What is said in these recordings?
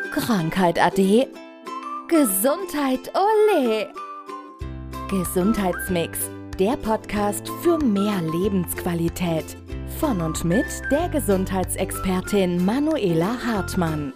Krankheit ade. Gesundheit ole. Gesundheitsmix, der Podcast für mehr Lebensqualität. Von und mit der Gesundheitsexpertin Manuela Hartmann.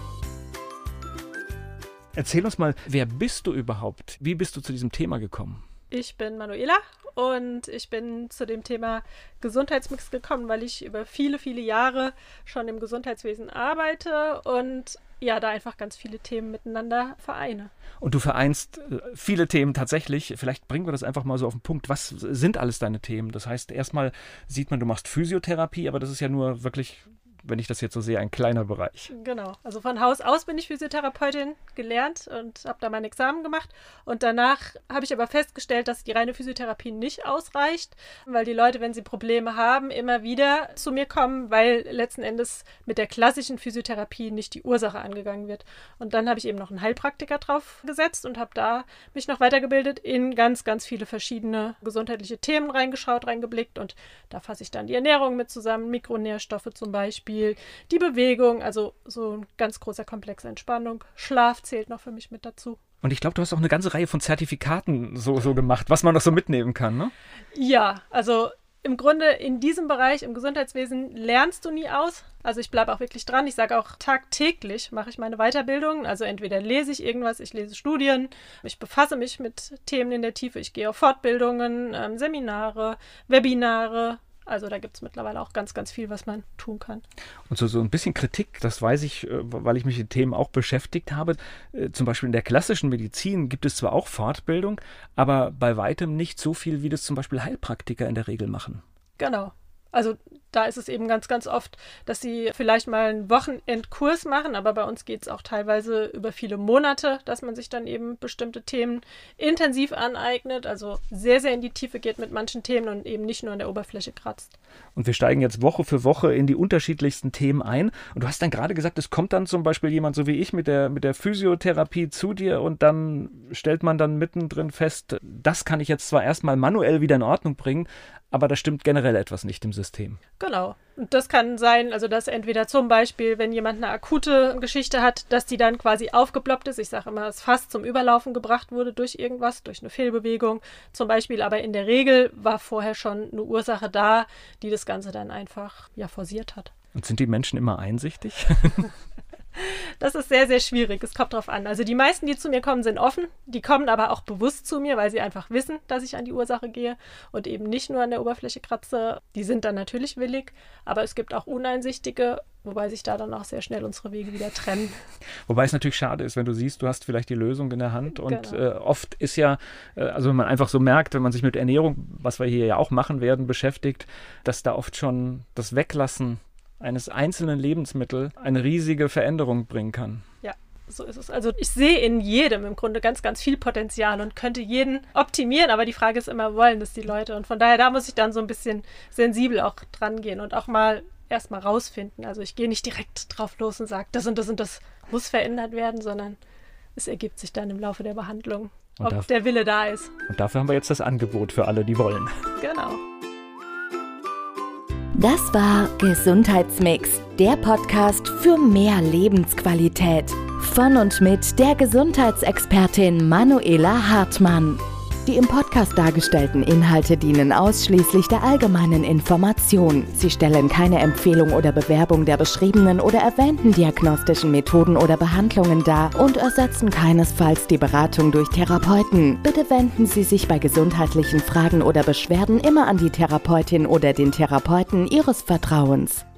Erzähl uns mal, wer bist du überhaupt? Wie bist du zu diesem Thema gekommen? Ich bin Manuela und ich bin zu dem Thema Gesundheitsmix gekommen, weil ich über viele, viele Jahre schon im Gesundheitswesen arbeite und ja, da einfach ganz viele Themen miteinander vereine. Und du vereinst viele Themen tatsächlich. Vielleicht bringen wir das einfach mal so auf den Punkt. Was sind alles deine Themen? Das heißt, erstmal sieht man, du machst Physiotherapie, aber das ist ja nur wirklich, wenn ich das jetzt so sehe, ein kleiner Bereich. Genau, also von Haus aus bin ich Physiotherapeutin gelernt und habe da mein Examen gemacht. Und danach habe ich aber festgestellt, dass die reine Physiotherapie nicht ausreicht, weil die Leute, wenn sie Probleme haben, immer wieder zu mir kommen, weil letzten Endes mit der klassischen Physiotherapie nicht die Ursache angegangen wird. Und dann habe ich eben noch einen Heilpraktiker drauf gesetzt und habe da mich noch weitergebildet, in ganz, ganz viele verschiedene gesundheitliche Themen reingeblickt. Und da fasse ich dann die Ernährung mit zusammen, Mikronährstoffe zum Beispiel, die Bewegung, also so ein ganz großer Komplex Entspannung. Schlaf zählt noch für mich mit dazu. Und ich glaube, du hast auch eine ganze Reihe von Zertifikaten so gemacht, was man noch so mitnehmen kann, ne? Ja, also im Grunde in diesem Bereich, im Gesundheitswesen, lernst du nie aus. Also ich bleibe auch wirklich dran. Ich sage auch tagtäglich mache ich meine Weiterbildungen. Also entweder lese ich irgendwas, ich lese Studien, ich befasse mich mit Themen in der Tiefe, ich gehe auf Fortbildungen, Seminare, Webinare. Also da gibt es mittlerweile auch ganz, ganz viel, was man tun kann. Und so ein bisschen Kritik, das weiß ich, weil ich mich mit Themen auch beschäftigt habe. Zum Beispiel in der klassischen Medizin gibt es zwar auch Fortbildung, aber bei weitem nicht so viel, wie das zum Beispiel Heilpraktiker in der Regel machen. Genau. Also da ist es eben ganz, ganz oft, dass sie vielleicht mal einen Wochenendkurs machen, aber bei uns geht es auch teilweise über viele Monate, dass man sich dann eben bestimmte Themen intensiv aneignet, also sehr, sehr in die Tiefe geht mit manchen Themen und eben nicht nur an der Oberfläche kratzt. Und wir steigen jetzt Woche für Woche in die unterschiedlichsten Themen ein. Und du hast dann gerade gesagt, es kommt dann zum Beispiel jemand so wie ich mit der Physiotherapie zu dir und dann stellt man dann mittendrin fest, das kann ich jetzt zwar erstmal manuell wieder in Ordnung bringen, aber da stimmt generell etwas nicht im System. Genau. Und das kann sein, also dass entweder zum Beispiel, wenn jemand eine akute Geschichte hat, dass die dann quasi aufgeploppt ist. Ich sage immer, das Fass zum Überlaufen gebracht wurde durch irgendwas, durch eine Fehlbewegung zum Beispiel. Aber in der Regel war vorher schon eine Ursache da, die das Ganze dann einfach forciert hat. Und sind die Menschen immer einsichtig? Das ist sehr, sehr schwierig. Es kommt drauf an. Also die meisten, die zu mir kommen, sind offen. Die kommen aber auch bewusst zu mir, weil sie einfach wissen, dass ich an die Ursache gehe und eben nicht nur an der Oberfläche kratze. Die sind dann natürlich willig, aber es gibt auch Uneinsichtige, wobei sich da dann auch sehr schnell unsere Wege wieder trennen. Wobei es natürlich schade ist, wenn du siehst, du hast vielleicht die Lösung in der Hand und genau. Oft ist ja, also wenn man einfach so merkt, wenn man sich mit Ernährung, was wir hier ja auch machen werden, beschäftigt, dass da oft schon das Weglassen eines einzelnen Lebensmittels eine riesige Veränderung bringen kann. Ja, so ist es. Also ich sehe in jedem im Grunde ganz, ganz viel Potenzial und könnte jeden optimieren, aber die Frage ist immer, wollen das die Leute? Und von daher, da muss ich dann so ein bisschen sensibel auch dran gehen und auch mal erstmal rausfinden. Also ich gehe nicht direkt drauf los und sage, das und das und das muss verändert werden, sondern es ergibt sich dann im Laufe der Behandlung, ob der Wille da ist. Und dafür haben wir jetzt das Angebot für alle, die wollen. Genau. Das war Gesundheitsmix, der Podcast für mehr Lebensqualität. Von und mit der Gesundheitsexpertin Manuela Hartmann. Die im Podcast dargestellten Inhalte dienen ausschließlich der allgemeinen Information. Sie stellen keine Empfehlung oder Bewerbung der beschriebenen oder erwähnten diagnostischen Methoden oder Behandlungen dar und ersetzen keinesfalls die Beratung durch Therapeuten. Bitte wenden Sie sich bei gesundheitlichen Fragen oder Beschwerden immer an die Therapeutin oder den Therapeuten Ihres Vertrauens.